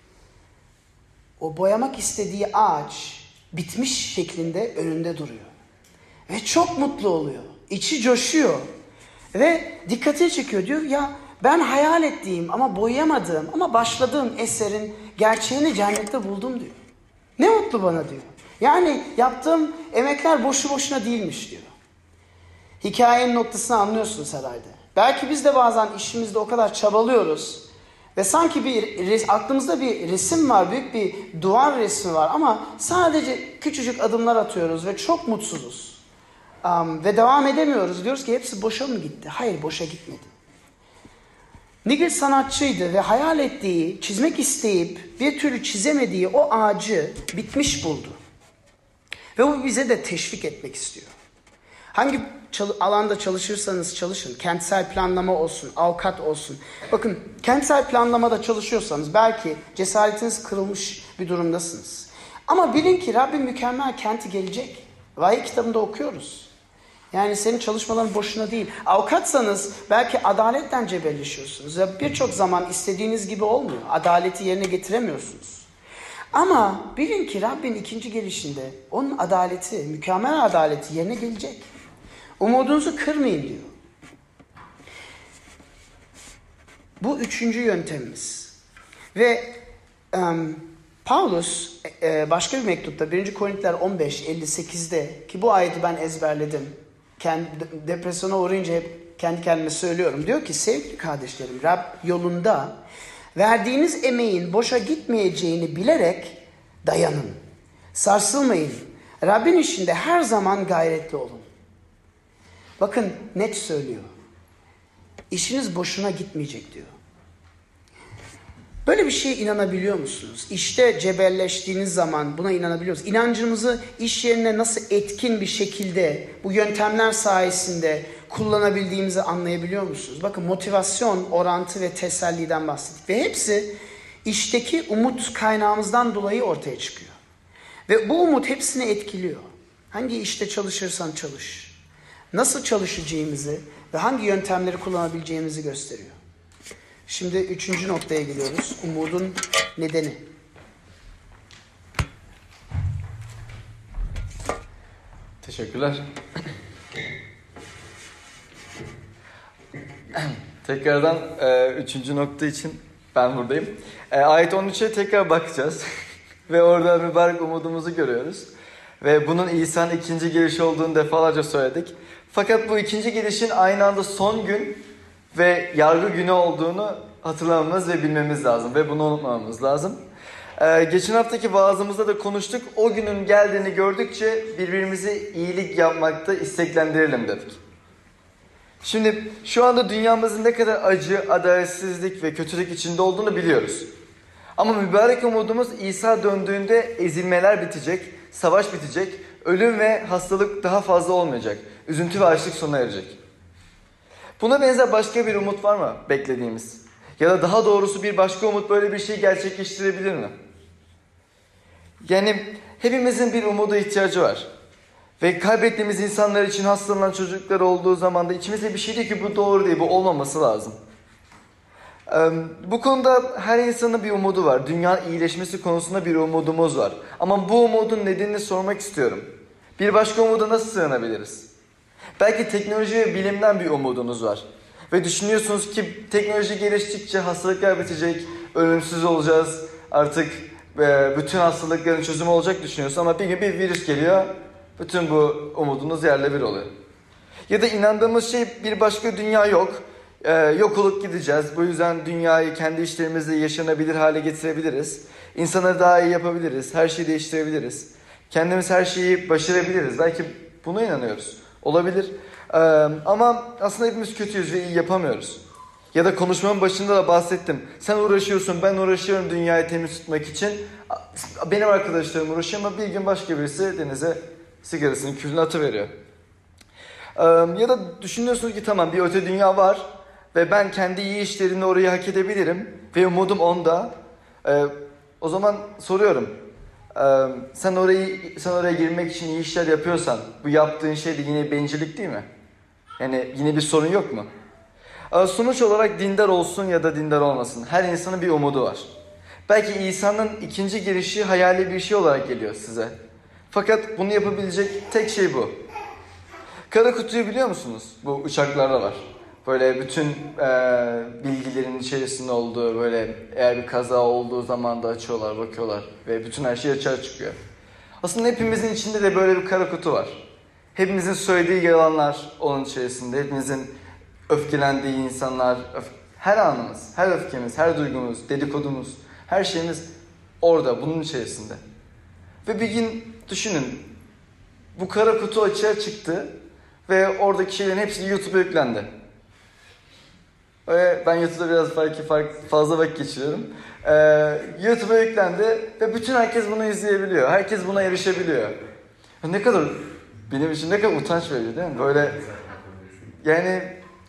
S4: o boyamak istediği ağaç bitmiş şeklinde önünde duruyor. Ve çok mutlu oluyor. İçi coşuyor. Ve dikkatini çekiyor diyor ya ben hayal ettiğim ama boyayamadığım ama başladığım eserin gerçeğini cennette buldum diyor. Ne mutlu bana diyor. Yani yaptığım emekler boşu boşuna değilmiş diyor. Hikayenin noktasını anlıyorsunuz herhalde. Belki biz de bazen işimizde o kadar çabalıyoruz ve sanki bir aklımızda bir resim var, büyük bir duvar resmi var ama sadece küçücük adımlar atıyoruz ve çok mutsuzuz. Um, ve devam edemiyoruz. Diyoruz ki hepsi boşa mı gitti? Hayır, boşa gitmedi. Nigil sanatçıydı ve hayal ettiği, çizmek isteyip bir türlü çizemediği o ağacı bitmiş buldu. Ve bu bize de teşvik etmek istiyor. Hangi çal- alanda çalışırsanız çalışın, kentsel planlama olsun, avukat olsun. Bakın kentsel planlamada çalışıyorsanız belki cesaretiniz kırılmış bir durumdasınız. Ama bilin ki Rabbim mükemmel kenti gelecek. Vahiy kitabında okuyoruz. Yani senin çalışmaların boşuna değil. Avukatsanız belki adaletten cebelleşiyorsunuz. Ve birçok zaman istediğiniz gibi olmuyor. Adaleti yerine getiremiyorsunuz. Ama bilin ki Rabbin ikinci gelişinde onun adaleti, mükemmel adaleti yerine gelecek. Umudunuzu kırmayın diyor. Bu üçüncü yöntemimiz. Ve Um, Paulus e, başka bir mektupta birinci Korintiler on beş elli sekizde ki bu ayeti ben ezberledim. Kendi, depresyona uğrayınca hep kendi kendime söylüyorum. Diyor ki sevgili kardeşlerim Rab yolunda verdiğiniz emeğin boşa gitmeyeceğini bilerek dayanın. Sarsılmayın. Rabbin işinde her zaman gayretli olun. Bakın net söylüyor. İşiniz boşuna gitmeyecek diyor. Böyle bir şeye inanabiliyor musunuz? İşte cebelleştiğiniz zaman buna inanabiliyor musunuz? İnancımızı iş yerine nasıl etkin bir şekilde bu yöntemler sayesinde kullanabildiğimizi anlayabiliyor musunuz? Bakın motivasyon, orantı ve teselliden bahsettik. Ve hepsi işteki umut kaynağımızdan dolayı ortaya çıkıyor. Ve bu umut hepsini etkiliyor. Hangi işte çalışırsan çalış. Nasıl çalışacağımızı ve hangi yöntemleri kullanabileceğimizi gösteriyor. Şimdi üçüncü noktaya geliyoruz. Umudun nedeni.
S2: Teşekkürler. Tekrardan e, üçüncü nokta için ben buradayım. E, ayet on üçe tekrar bakacağız. Ve orada mübarek umudumuzu görüyoruz. Ve bunun İsa'nın ikinci gelişi olduğunu defalarca söyledik. Fakat bu ikinci gelişin aynı anda son gün ve yargı günü olduğunu hatırlamamız ve bilmemiz lazım. Ve bunu unutmamamız lazım. Ee, geçen haftaki vaazımızda da konuştuk. O günün geldiğini gördükçe birbirimizi iyilik yapmakta isteklendirelim dedik. Şimdi şu anda dünyamızın ne kadar acı, adaletsizlik ve kötülük içinde olduğunu biliyoruz. Ama mübarek umudumuz İsa döndüğünde ezilmeler bitecek, savaş bitecek, ölüm ve hastalık daha fazla olmayacak. Üzüntü ve açlık sona erecek. Buna benzer başka bir umut var mı beklediğimiz? Ya da daha doğrusu bir başka umut böyle bir şey gerçekleştirebilir mi? Yani hepimizin bir umuda ihtiyacı var. Ve kaybettiğimiz insanlar için hastalanan çocuklar olduğu zaman da içimizde bir şey diyor ki bu doğru değil, bu olmaması lazım. Ee, bu konuda her insanın bir umudu var. Dünyanın iyileşmesi konusunda bir umudumuz var. Ama bu umudun nedenini sormak istiyorum. Bir başka umuda nasıl sığınabiliriz? Belki teknoloji ve bilimden bir umudunuz var. Ve düşünüyorsunuz ki teknoloji geliştikçe hastalıklar bitecek, ölümsüz olacağız, artık e, bütün hastalıkların çözümü olacak düşünüyorsunuz. Ama bir gün bir virüs geliyor, bütün bu umudunuz yerle bir oluyor. Ya da inandığımız şey bir başka dünya yok, e, yok olup gideceğiz. Bu yüzden dünyayı kendi işlerimizle yaşanabilir hale getirebiliriz. İnsanları daha iyi yapabiliriz, her şeyi değiştirebiliriz. Kendimiz her şeyi başarabiliriz. Belki buna inanıyoruz. Olabilir. Ee, ama aslında hepimiz kötüyüz ve iyi yapamıyoruz. Ya da konuşmamın başında da bahsettim. Sen uğraşıyorsun, ben uğraşıyorum dünyayı temiz tutmak için. Benim arkadaşlarım uğraşıyor ama bir gün başka birisi denize sigarasını, külünü atıveriyor. Ee, ya da düşünüyorsunuz ki tamam bir öte dünya var ve ben kendi iyi işlerimle orayı hak edebilirim ve umudum onda. Ee, o zaman soruyorum. Ee, sen orayı sen oraya girmek için iyi işler yapıyorsan bu yaptığın şey de yine bencillik değil mi? Yani yine bir sorun yok mu? Ee, sonuç olarak dindar olsun ya da dindar olmasın her insanın bir umudu var. Belki İsa'nın ikinci gelişi hayali bir şey olarak geliyor size. Fakat bunu yapabilecek tek şey bu. Kara kutuyu biliyor musunuz? Bu uçaklarda var. Böyle bütün e, bilgilerin içerisinde olduğu, böyle eğer bir kaza olduğu zaman da açıyorlar, bakıyorlar ve bütün her şey açığa çıkıyor. Aslında hepimizin içinde de böyle bir kara kutu var. Hepimizin söylediği yalanlar onun içerisinde, hepimizin öfkelendiği insanlar, öf- her anımız, her öfkemiz, her duygumuz, dedikodumuz, her şeyimiz orada, bunun içerisinde. Ve bir gün düşünün, bu kara kutu açığa çıktı ve oradaki şeylerin hepsi YouTube'a yüklendi. Ve ben YouTube'da biraz belki fazla vakit geçiriyorum. Ee, YouTube'a yüklendi ve bütün herkes bunu izleyebiliyor. Herkes buna erişebiliyor. Ne kadar, benim için ne kadar utanç verici değil mi? Böyle, yani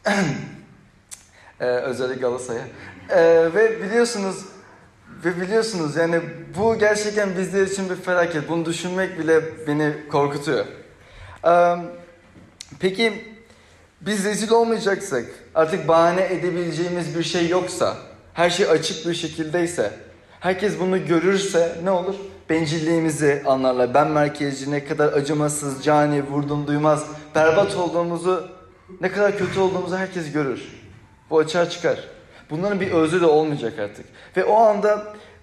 S2: ee, özellikle Galatasaray'a. Ee, ve biliyorsunuz, ve biliyorsunuz yani bu gerçekten bizler için bir felaket. Bunu düşünmek bile beni korkutuyor. Ee, peki, biz rezil olmayacaksak, artık bahane edebileceğimiz bir şey yoksa, her şey açık bir şekildeyse, herkes bunu görürse ne olur? Bencilliğimizi anlarlar. Ben merkezci, ne kadar acımasız, cani, vurdum duymaz, berbat olduğumuzu, ne kadar kötü olduğumuzu herkes görür. Bu açığa çıkar. Bunların bir özü de olmayacak artık. Ve o anda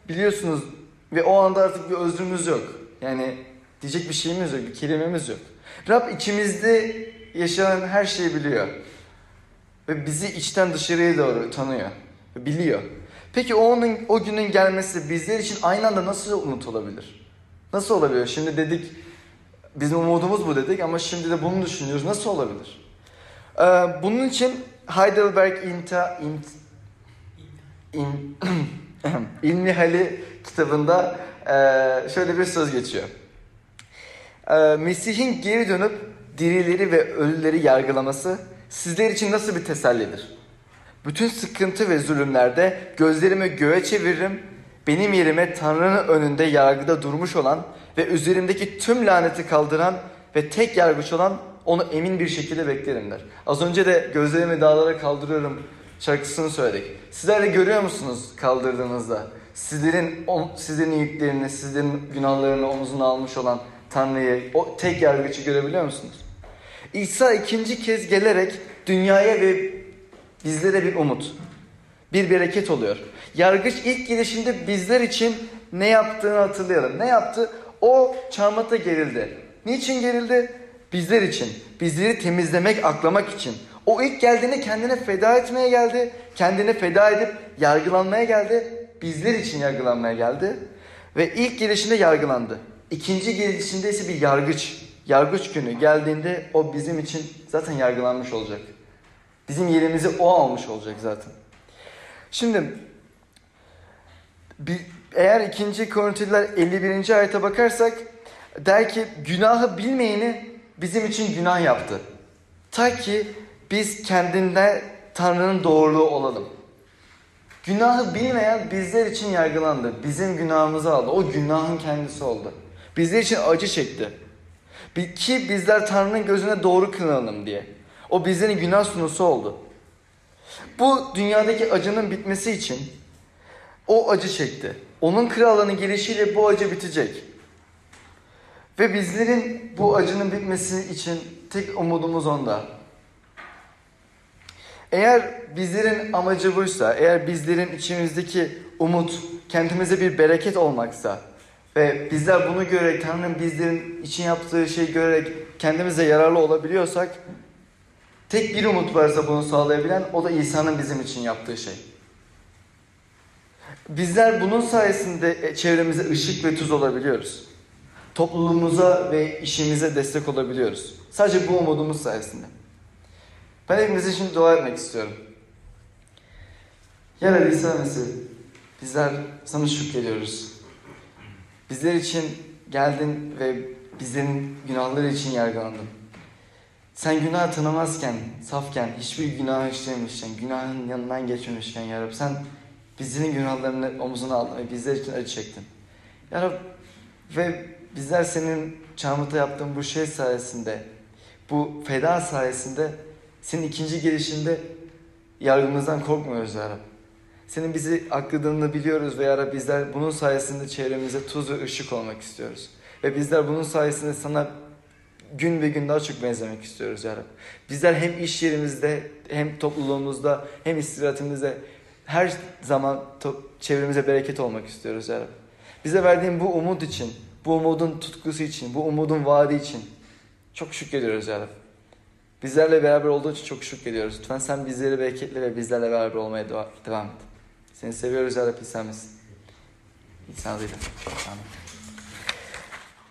S2: biliyorsunuz ve o anda artık bir özrümüz yok. Yani diyecek bir şeyimiz yok, bir kelimemiz yok. Rab içimizde yaşanan her şeyi biliyor. Ve bizi içten dışarıya doğru tanıyor. Ve biliyor. Peki o, onun, o günün gelmesi bizler için aynı anda nasıl umut olabilir? Nasıl olabilir? Şimdi dedik, bizim umudumuz bu dedik ama şimdi de bunu düşünüyoruz. Nasıl olabilir? Ee, bunun için Heidelberg İnta, İnt, İn, İlmi Hali kitabında e, şöyle bir söz geçiyor. E, Mesih'in geri dönüp dirileri ve ölüleri yargılaması sizler için nasıl bir tesellidir? Bütün sıkıntı ve zulümlerde gözlerimi göğe çeviririm. Benim yerime Tanrı'nın önünde yargıda durmuş olan ve üzerimdeki tüm laneti kaldıran ve tek yargıç olan onu emin bir şekilde beklerim der. Az önce de gözlerimi dağlara kaldırıyorum şarkısını söyledik. Sizler de görüyor musunuz kaldırdığınızda? Sizlerin, sizlerin yüklerini, sizlerin günahlarını omuzuna almış olan Tanrı'yı, o tek yargıcı görebiliyor musunuz? İsa ikinci kez gelerek dünyaya ve bizlere bir umut, bir bereket oluyor. Yargıç ilk gelişinde bizler için ne yaptığını hatırlayalım. Ne yaptı? O çarmıhta gerildi. Niçin gerildi? Bizler için. Bizleri temizlemek, aklamak için. O ilk geldiğinde kendine feda etmeye geldi. Kendine feda edip yargılanmaya geldi. Bizler için yargılanmaya geldi. Ve ilk gelişinde yargılandı. İkinci gelişinde ise bir yargıç. Yargıç günü geldiğinde o bizim için zaten yargılanmış olacak. Bizim yerimizi o almış olacak zaten. Şimdi bir, eğer ikinci Korintliler elli birinci ayete bakarsak der ki günahı bilmeyeni bizim için günah yaptı. Ta ki biz kendinde Tanrı'nın doğruluğu olalım. Günahı bilmeyen bizler için yargılandı. Bizim günahımızı aldı. O günahın kendisi oldu. Bizler için acı çekti. Ki bizler Tanrı'nın gözüne doğru kılanalım diye. O bizlerin günah sunusu oldu. Bu dünyadaki acının bitmesi için o acı çekti. Onun krallığının gelişiyle bu acı bitecek. Ve bizlerin bu acının bitmesi için tek umudumuz onda. Eğer bizlerin amacı buysa, eğer bizlerin içimizdeki umut kendimize bir bereket olmaksa ve bizler bunu görerek, Tanrı'nın bizlerin için yaptığı şeyi görerek kendimize yararlı olabiliyorsak, tek bir umut varsa bunu sağlayabilen, o da İsa'nın bizim için yaptığı şey. Bizler bunun sayesinde çevremize ışık ve tuz olabiliyoruz. Topluluğumuza ve işimize destek olabiliyoruz. Sadece bu umudumuz sayesinde. Ben hepimiz için dua etmek istiyorum. Ya Rabbi İsa Mesih, bizler sana şükrediyoruz. Bizler için geldin ve bizlerin günahları için yargılandın. Sen günah tanımazken, safken, hiçbir günah işlememişken, günahın yanından geçmemişken ya Rabbi, sen bizlerin günahlarını omuzuna aldın ve bizler için acı çektin. Ya Rabbi, ve bizler senin çarmıhta yaptığın bu şey sayesinde, bu feda sayesinde senin ikinci gelişinde yargımızdan korkmuyoruz ya Rabbi. Senin bizi akladığını biliyoruz ve ya Rabbi bizler bunun sayesinde çevremize tuz ve ışık olmak istiyoruz. Ve bizler bunun sayesinde sana gün ve gün daha çok benzemek istiyoruz ya Rabbi. Bizler hem iş yerimizde, hem topluluğumuzda, hem istirahatimizde her zaman çevremize bereket olmak istiyoruz ya Rabbi. Bize verdiğin bu umut için, bu umudun tutkusu için, bu umudun vaadi için çok şükrediyoruz ya Rabbi. Bizlerle beraber olduğu için çok şükrediyoruz. Lütfen sen bizleri bereketle ve bizlerle beraber olmaya devam et. Seni seviyoruz ya Rabbi, İsa Mesih. İsa adıyla. Amin.